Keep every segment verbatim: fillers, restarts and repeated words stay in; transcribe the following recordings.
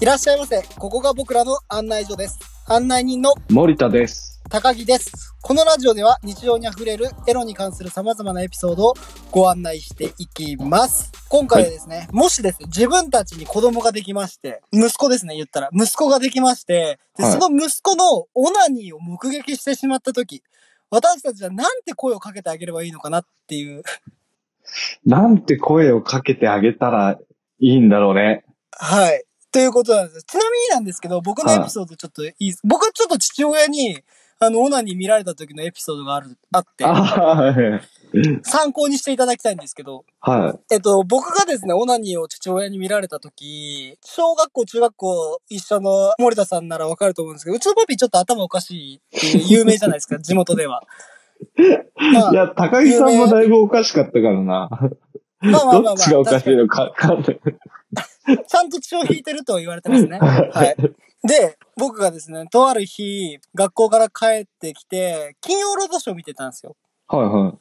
いらっしゃいませ。ここが僕らの案内所です。案内人の森田です。 高木です。このラジオでは日常にあふれるエロに関する様々なエピソードをご案内していきます。今回はですね、はい、もしですね、自分たちに子供ができまして、息子ですね、言ったら、息子ができまして、で、はい、その息子のオナニーを目撃してしまったとき、私たちはなんて声をかけてあげればいいのかなっていう。 なんて声をかけてあげたらいいんだろうね。 はい。ということなんです。ちなみになんですけど、僕のエピソードちょっといいです。はい、僕はちょっと父親に、あの、オナニー見られた時のエピソードがある、あって、参考にしていただきたいんですけど、 はい。 えっと、僕がですね、オナニーを父親に見られた時、小学校、中学校一緒の森田さんならわかると思うんですけど、うちのパピーちょっと頭おかしいっていう有名じゃないですか、地元では。 まあ、いや、高木さんもだいぶおかしかったからな。まあまあまあまあ。どっちがおかしいのかわかんない。 ちゃんと血を引いてると言われてますね。はい。で、僕がですね、とある日、学校から帰ってきて、金曜ロードショー見てたんですよ。 はいはい。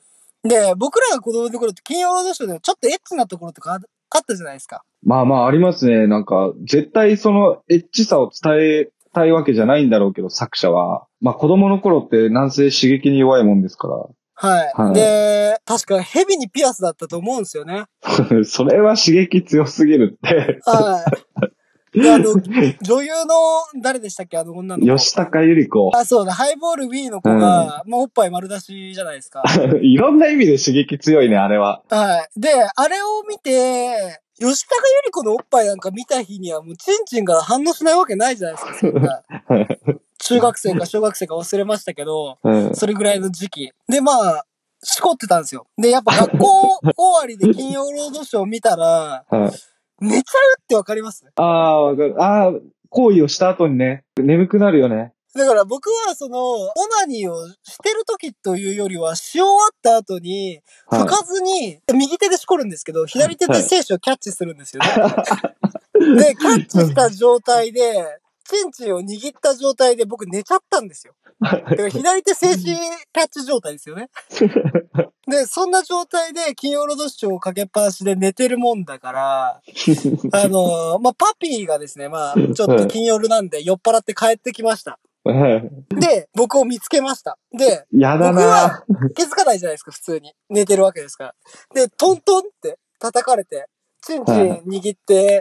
で、僕らが子供の頃って金曜ロードショーでもちょっとエッチなところとかあったじゃないですか。 まあまあありますね。なんか、絶対そのエッチさを伝えたいわけじゃないんだろうけど、作者は。まあ子供の頃ってなんせ刺激に弱いもんですから。 はい。はい、で、確かヘビにピアスだったと思うんですよね。 それは刺激強すぎるって。 はい。で、あの、女優の、誰でしたっけあの女の子。 吉高由里子。 あ、そうだ、ハイボール B の子が、うん、まあ、おっぱい丸出しじゃないですか。 いろんな意味で刺激強いね、あれは。 はい。で、あれを見て、吉高由里子のおっぱいなんか見た日にはもうチンチンから反応しないわけないじゃないですか、そんな。中学生か小学生か忘れましたけど、うん、それぐらいの時期。で、まあ、しこってたんですよ。で、やっぱ学校終わりで金曜ロードショー見たら、はい、寝ちゃうってわかります？ ああ、わかる。ああ、行為をした後にね、眠くなるよね。 だから僕はその、オナニーをしてる時というよりは、し終わった後に、吹かずに、はい、右手でしこるんですけど、左手で精子をキャッチするんですよね。はい、で、キャッチした状態で、チンチンを握った状態で僕寝ちゃったんですよ。だから左手精子キャッチ状態ですよね。で、そんな状態で金曜ロードショーをかけっぱなしで寝てるもんだから、あのー、まあ、パピーがですね、まあ、ちょっと金曜日なんで酔っ払って帰ってきました。で、僕を見つけました。で、 やだな僕は気づかないじゃないですか、普通に。寝てるわけですから。で、トントンって叩かれて、チンチン握って、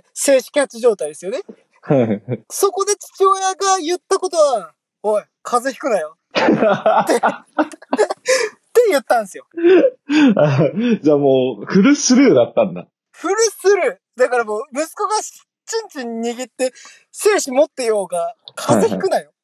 静止キャッチ状態ですよね。そこで父親が言ったことは、おい、風邪ひくなよ。って、って言ったんですよ。 じゃあもう、フルスルーだったんだ。 フルスルー。だからもう、息子がチンチン握って、精子持ってようが、風邪ひくなよ。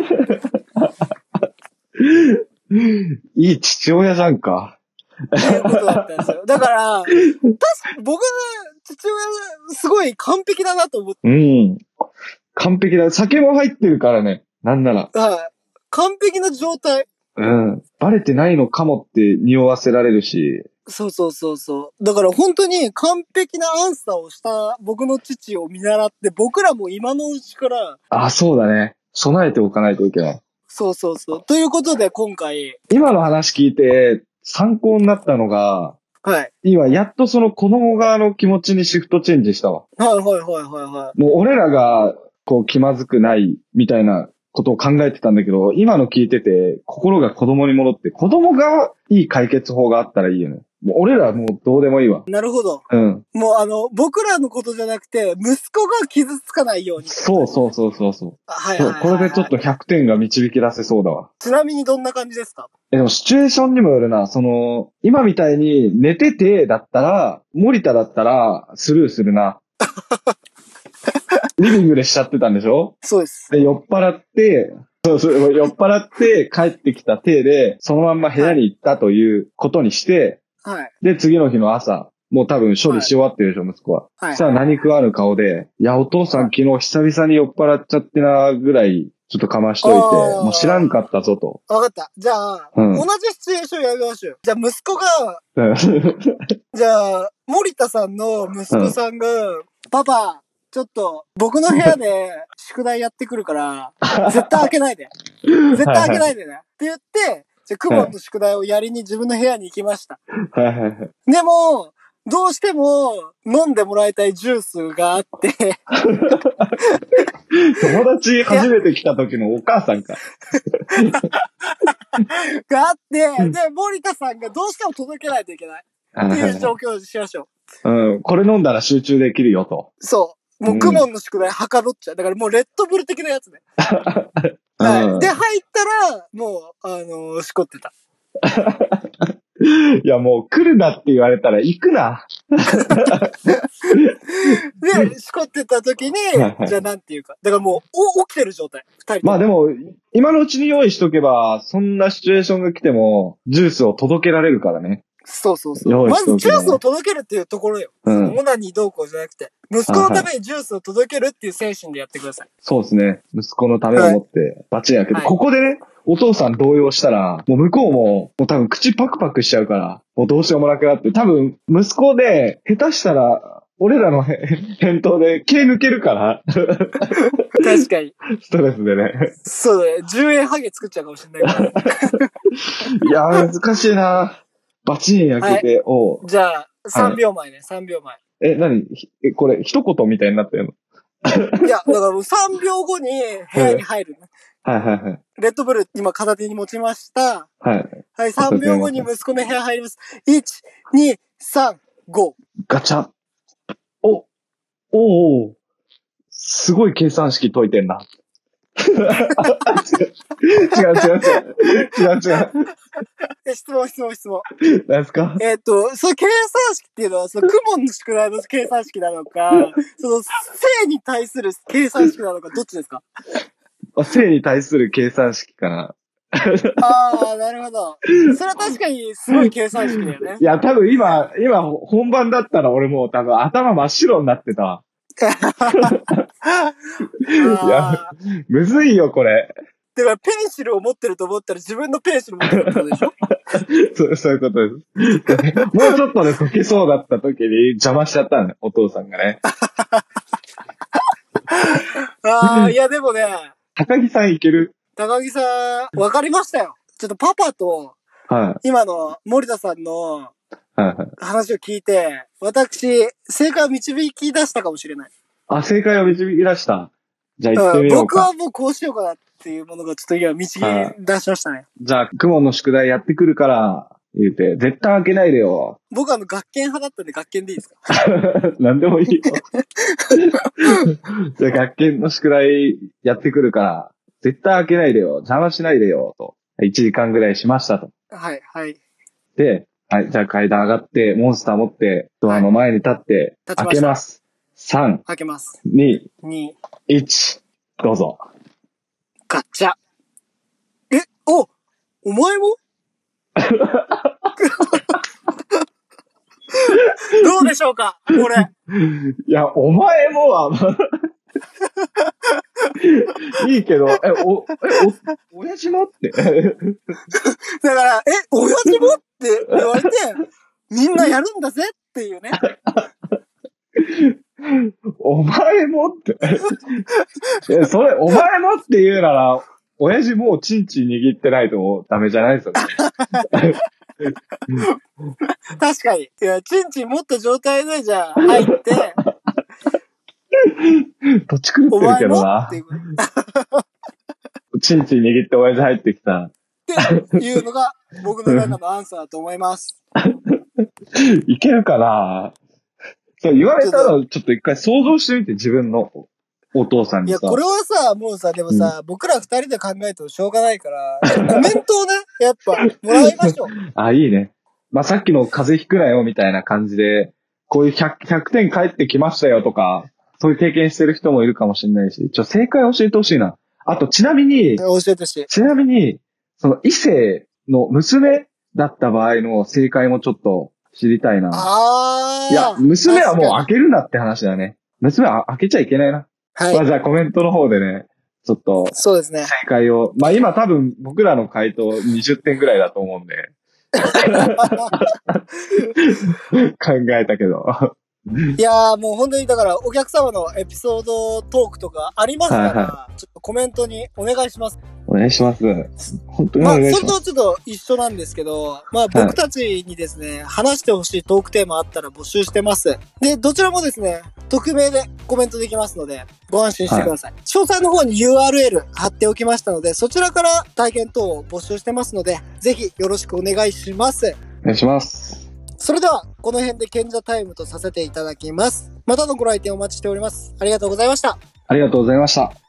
いい父親じゃんか。 っていうことだったんですよ。だから、確か僕の父親すごい完璧だなと思って。 うん。完璧だ。酒も入ってるからね。なんなら。 はい。完璧な状態。 うん。バレてないのかもって匂わせられるし。 そうそうそうそう。だから本当に完璧なアンサーをした僕の父を見習って、僕らも今のうちから。 あ、そうだね。備えておかないといけない。 そうそうそう。ということで今回。 今の話聞いて参考になったのが、 はい。 今やっとその子供側の気持ちにシフトチェンジしたわ。 はいはいはいはいはい。 もう俺らがこう気まずくないみたいなことを考えてたんだけど、今の聞いてて心が子供に戻って、子供がいい解決法があったらいいよね。もう俺らもうどうでもいいわ。 なるほど。 うん。 もうあの、僕らのことじゃなくて、息子が傷つかないように。 そうそうそうそうそう。 はいはいはい、はい。 これでちょっとひゃくてんが導き出せそうだわ。 ちなみにどんな感じですか？ え、でもシチュエーションにもよるな。その、今みたいに寝ててだったら、森田だったらスルーするな。リビングでしちゃってたんでしょ？ そうです。 で、酔っ払って、そうそう、酔っ払って帰ってきた体で、そのまんま部屋に行ったということにして、 はい。 で、次の日の朝、もう多分処理し終わってるでしょ、はい、息子は。はい。そしたら何食わぬ顔で、いや、お父さん昨日久々に酔っ払っちゃってな、ぐらい、ちょっとかましといて、もう知らんかったぞと。 わかった。じゃあ、うん、同じシチュエーションやりましょう。じゃあ、息子が、じゃあ、森田さんの息子さんが、うん、パパ、ちょっと、僕の部屋で宿題やってくるから、絶対開けないで。絶対開けないでね。って言って、じゃあ、クモンの宿題をやりに自分の部屋に行きました。でも、 どうしても飲んでもらいたいジュースがあって。 友達初めて来た時のお母さんか。 があって、で、森田さんがどうしても届けないといけない。っていう状況にしましょう。うん、これ飲んだら集中できるよと。 そう。もうクモンの宿題はかどっちゃう。だからもうレッドブル的なやつね。はい。で、入ったら、もう、あのー、しこってた。 いや、もう来るなって言われたら行くな。 で、しこってた時に、じゃあなんていうか。だからもう、お、起きてる状態。二人。 まあでも、今のうちに用意しとけば、そんなシチュエーションが来ても、ジュースを届けられるからね。 そうそうそう。まずジュースを届けるっていうところよ。うん。オナニーどうこうじゃなくて。息子のためにジュースを届けるっていう精神でやってください。 そうですね。息子のためを持って、バッチリやけど、はい、ここでね、お父さん動揺したら、もう向こうも、もう多分口パクパクしちゃうから、もうどうしようもなくなって、多分、息子で、下手したら、俺らの返答で毛抜けるから。 確かに。 ストレスでね。 そうだね。じゅうえんハゲ作っちゃうかもしれないから。 いやー、難しいな。バチン開けて、はい、おじゃあ、さんびょうまえね、はい、さんびょうまえ。 え、何え、これ、一言みたいになってるの？いや、だからもうさんびょうごに部屋に入る、ね。 はいはいはい。 レッドブル今片手に持ちました。 はい。 はい、さんびょうごに息子の部屋入ります。いち、に、さん、ご。 ガチャ。お、おおすごい計算式解いてんな。違う違う違う違う違う違う。 質問質問質問。 何ですか？ えっと、その計算式っていうのは、そのクモンの宿題の計算式なのか、その性に対する計算式なのか、どっちですか？ 性に対する計算式かな。 ああ、なるほど。それは確かにすごい計算式だよね。 いや、多分今、今本番だったら俺もう多分頭真っ白になってた。いや、むずいよ、これ。 だからペンシルを持ってると思ったら自分のペンシル持ってるってことでしょ？ そう、そういうことです。もうちょっとで解けそうだった時に邪魔しちゃったね、お父さんがね。 ああ、いやでもね。 高木さんいける？ 高木さん、わかりましたよ。ちょっとパパと、はい、今の森田さんの話を聞いて、私、正解を導き出したかもしれない。 あ、正解を導き出した。じゃあ行ってみようか。 僕はもうこうしようかなっていうものがちょっと今導き出しましたね。 じゃあ、クモンの宿題やってくるから、言うて、絶対開けないでよ。 僕はあの、学研派だったんで学研でいいですか？ なんでもいいよ。じゃあ、学研の宿題やってくるから、絶対開けないでよ。邪魔しないでよ。と。いちじかんぐらいしましたと。 はい、はい。 で、はい、じゃあ階段上がって、モンスター持って、ドアの前に立って、はい、開けます。さん、 開けます。 に、 に、 いち、どうぞ。 ガチャ。え、お、お前もどうでしょうかこれ。 いや、お前もは、いいけど、え、お、え、お、親父もって。だから、え、親父もって言われて、みんなやるんだぜっていうね。 お前もって。え、それ、お前もって言うなら、親父もうチンチン握ってないとダメじゃないですよね。 確かに。いや、チンチン持った状態でじゃあ入って、 どっち狂ってるけどな。チンチン握って親父入ってきた。 っていうのが僕の中のアンサーだと思います。 いけるかな？そう言われたらちょっと一回想像してみて、自分のお父さんにさ。 いや、これはさ、もうさ、でもさ、うん、僕ら二人で考えてもしょうがないから、コメントをね、やっぱ、もらいましょう。 あ、いいね。まあ、さっきの風邪ひくなよみたいな感じで、こういうひゃく、ひゃくてん返ってきましたよとか、そういう経験してる人もいるかもしれないし、ちょ、正解教えてほしいな。あと、ちなみに、 教えてほしい。 ちなみに、その異性の娘だった場合の正解もちょっと知りたいな。 ああ。 いや、娘はもう開けるなって話だね。娘は開けちゃいけないな。はい。まあ、じゃあコメントの方でね、ちょっと。 そうですね。 正解を。まあ今多分僕らの回答にじゅってんぐらいだと思うんで。考えたけど。 いやーもう本当にだからお客様のエピソードトークとかありますから、はいはい、ちょっとコメントにお願いします。 お願いします。本当におまあ、 願いします。 それとちょっと一緒なんですけど、まあ僕たちにですね、はい、話してほしいトークテーマあったら募集してます。で、どちらもですね、匿名でコメントできますので、ご安心してください。はい、詳細の方に ユーアールエル 貼っておきましたので、そちらから体験等を募集してますので、ぜひよろしくお願いします。 お願いします。 それでは、この辺で賢者タイムとさせていただきます。またのご来店お待ちしております。ありがとうございました。 ありがとうございました。